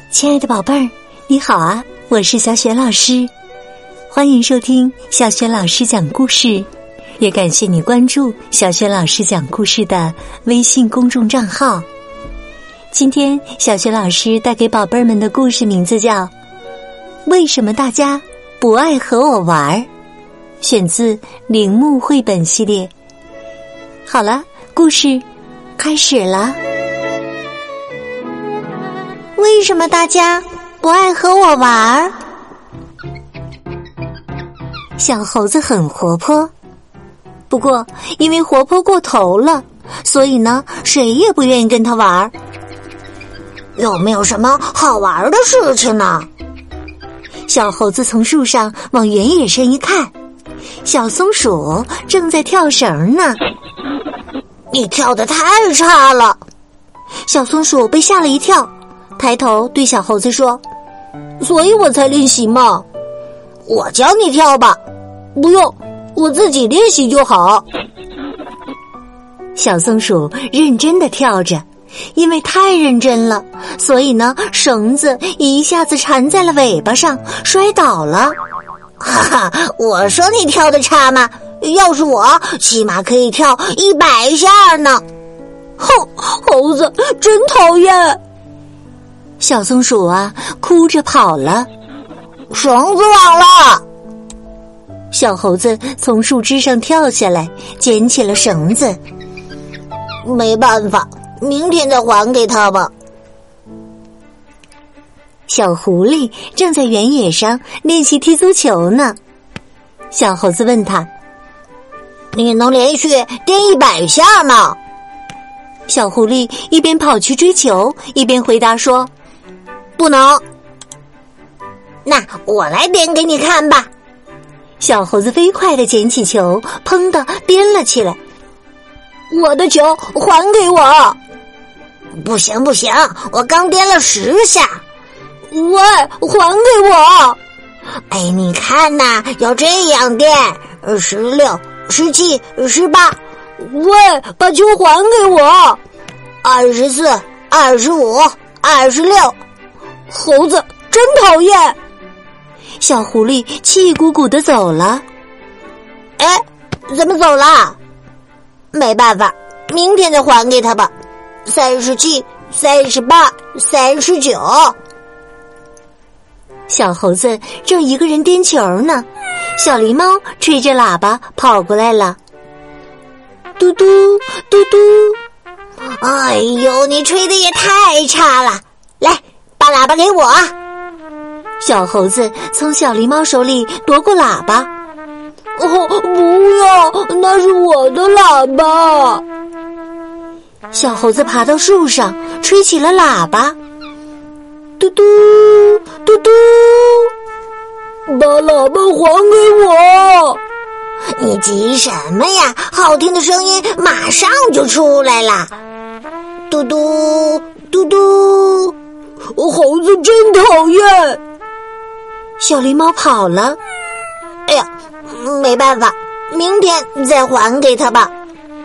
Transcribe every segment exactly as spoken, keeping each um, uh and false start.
亲爱的宝贝儿，你好啊，我是小雪老师，欢迎收听小雪老师讲故事，也感谢你关注小雪老师讲故事的微信公众账号。今天小雪老师带给宝贝儿们的故事名字叫《为什么大家不爱和我玩》，选自铃木绘本系列。好了，故事开始了。为什么大家不爱和我玩？小猴子很活泼，不过因为活泼过头了，所以呢，谁也不愿意跟他玩。 有没有什么好玩的事情呢？ 小猴子从树上往原野上一看，小松鼠正在跳绳呢。 你跳得太差了！ 小松鼠被吓了一跳，抬头对小猴子说：所以我才练习嘛。 我教你跳吧。 不用，我自己练习就好。小松鼠认真地跳着，因为太认真了，所以呢，绳子一下子缠在了尾巴上，摔倒了。 哈哈，我说你跳得差吗？要是我，起码可以跳一百下呢。 哼，猴子真讨厌。小松鼠啊，哭着跑了。 绳子忘了。 小猴子从树枝上跳下来，捡起了绳子。 没办法，明天再还给他吧。 小狐狸正在原野上练习踢足球呢。小猴子问他： 你能连续颠一百下吗？ 小狐狸一边跑去追球，一边回答说：不能。 那我来颠给你看吧。 小猴子飞快地捡起球，砰地颠了起来。我的球还给我！ 不行不行，我刚颠了十下。 喂，还给我！ 哎，你看呐，要这样颠，十六、十七、十八。 喂，把球还给我！ 二十四、二十五、二十六。 猴子真讨厌！小狐狸气鼓鼓地走了。 哎，怎么走了？没办法，明天再还给他吧。三十七、三十八、三十九。 小猴子正一个人颠球呢，小狸猫吹着喇叭跑过来了。嘟嘟嘟嘟。 哎呦，你吹得也太差了！来，把喇叭给我。 小猴子从小狸猫手里夺过喇叭。 哦，不要，那是我的喇叭。 小猴子爬到树上，吹起了喇叭。嘟嘟嘟嘟， 把喇叭还给我！你急什么呀？好听的声音马上就出来了。嘟嘟嘟嘟， 猴子真讨厌。小狸猫跑了。 哎呀，没办法，明天再还给他吧。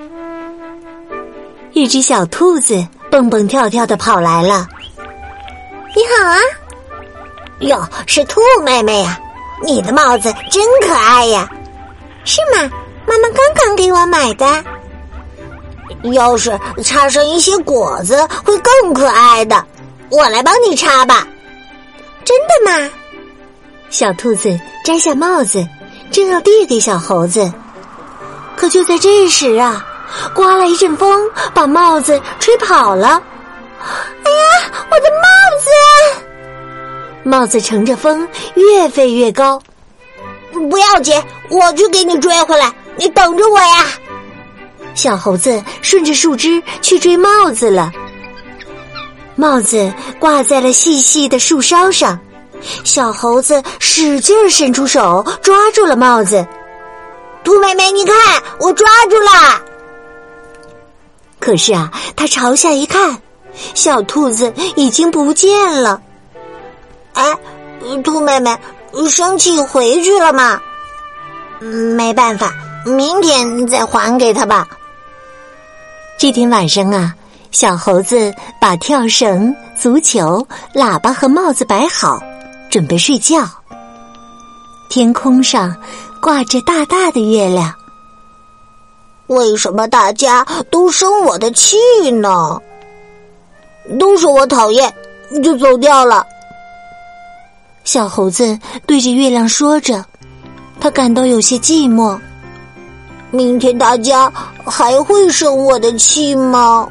一只小兔子蹦蹦跳跳地跑来了。 你好啊。 哟，是兔妹妹呀，你的帽子真可爱呀。 是吗？妈妈刚刚给我买的。 要是插上一些果子会更可爱的，我来帮你插吧。 真的吗？ 小兔子摘下帽子，正要递给小猴子，可就在这时啊，刮来一阵风，把帽子吹跑了。 哎呀，我的帽子！ 帽子乘着风越飞越高。 不要紧，我去给你追回来，你等着我呀。 小猴子顺着树枝去追帽子了。帽子挂在了细细的树梢上，小猴子使劲伸出手抓住了帽子。 兔妹妹，你看，我抓住了。 可是啊，他朝下一看，小兔子已经不见了。 哎，兔妹妹，生气回去了吗？没办法，明天再还给他吧。 这天晚上啊，小猴子把跳绳足球、喇叭和帽子摆好，准备睡觉。天空上挂着大大的月亮。 为什么大家都生我的气呢？都说我讨厌，就走掉了。 小猴子对着月亮说着，他感到有些寂寞。 明天大家还会生我的气吗？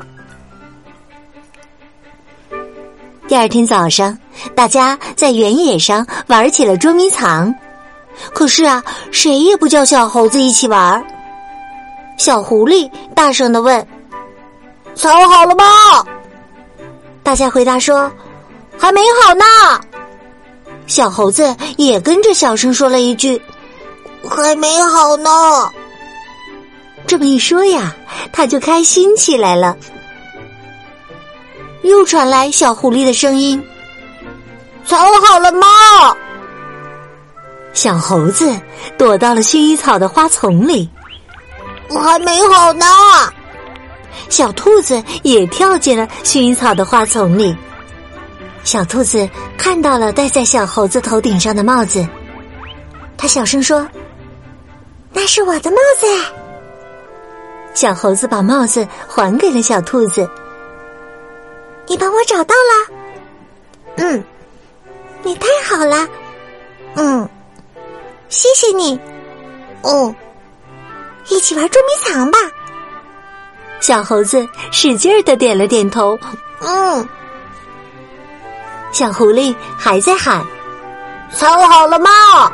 第二天早上，大家在原野上玩起了捉迷藏。可是啊，谁也不叫小猴子一起玩。小狐狸大声地问： 藏好了吗？ 大家回答说：还没好呢。小猴子也跟着小声说了一句： 还没好呢。 这么一说呀，他就开心起来了。又传来小狐狸的声音： 藏好了吗？ 小猴子躲到了薰衣草的花丛里。 还没好呢。 小兔子也跳进了薰衣草的花丛里。小兔子看到了戴在小猴子头顶上的帽子，他小声说：那是我的帽子。小猴子把帽子还给了小兔子。你帮我找到了？ 嗯。 你太好了。 嗯。 谢谢你。 嗯。 一起玩捉迷藏吧。小猴子使劲儿地点了点头。 嗯。 小狐狸还在喊： 藏好了吗？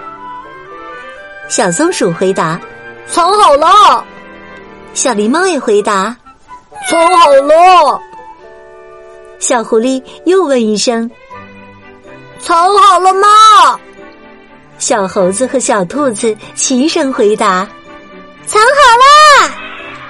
小松鼠回答： 藏好了。 小狸猫也回答： 藏好了。 小狐狸又问一声： 藏好了吗？ 小猴子和小兔子齐声回答： 藏好啦！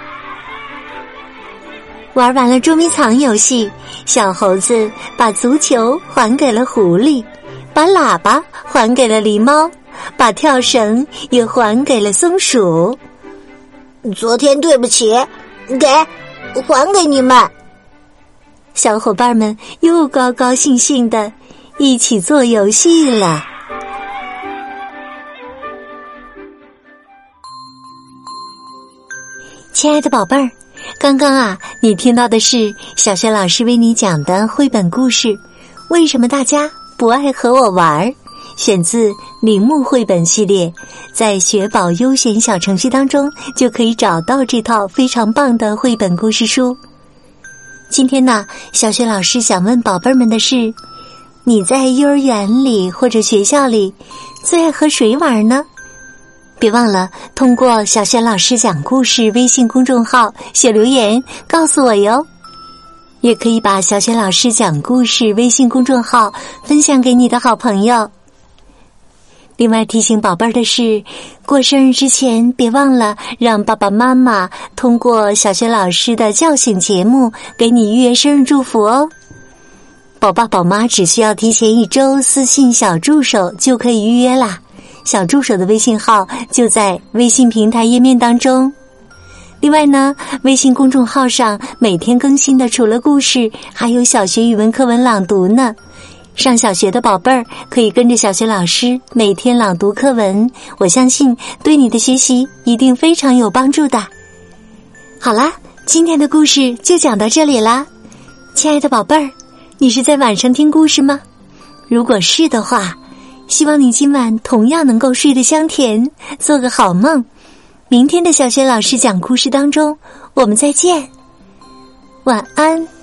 玩完了捉迷藏游戏，小猴子把足球还给了狐狸，把喇叭还给了狸猫，把跳绳也还给了松鼠。 昨天对不起，给，还给你们。 小伙伴们又高高兴兴的一起做游戏了。亲爱的宝贝儿，刚刚啊，你听到的是小学老师为你讲的绘本故事《为什么大家不爱和我玩》，选自铃木绘本系列，在学宝优选小程序当中就可以找到这套非常棒的绘本故事书。今天呢，小学老师想问宝贝们的是，你在幼儿园里或者学校里最爱和谁玩呢？别忘了通过小学老师讲故事微信公众号写留言告诉我哟。也可以把小学老师讲故事微信公众号分享给你的好朋友。另外提醒宝贝儿的是，过生日之前别忘了让爸爸妈妈通过小学老师的叫醒节目给你预约生日祝福哦。宝爸宝妈只需要提前一周私信小助手就可以预约啦。小助手的微信号就在微信平台页面当中。另外呢，微信公众号上每天更新的除了故事，还有小学语文课文朗读呢。上小学的宝贝儿可以跟着小学老师每天朗读课文，我相信对你的学习一定非常有帮助的。好啦，今天的故事就讲到这里啦。亲爱的宝贝儿，你是在晚上听故事吗？如果是的话，希望你今晚同样能够睡得香甜，做个好梦。明天的小学老师讲故事当中，我们再见，晚安。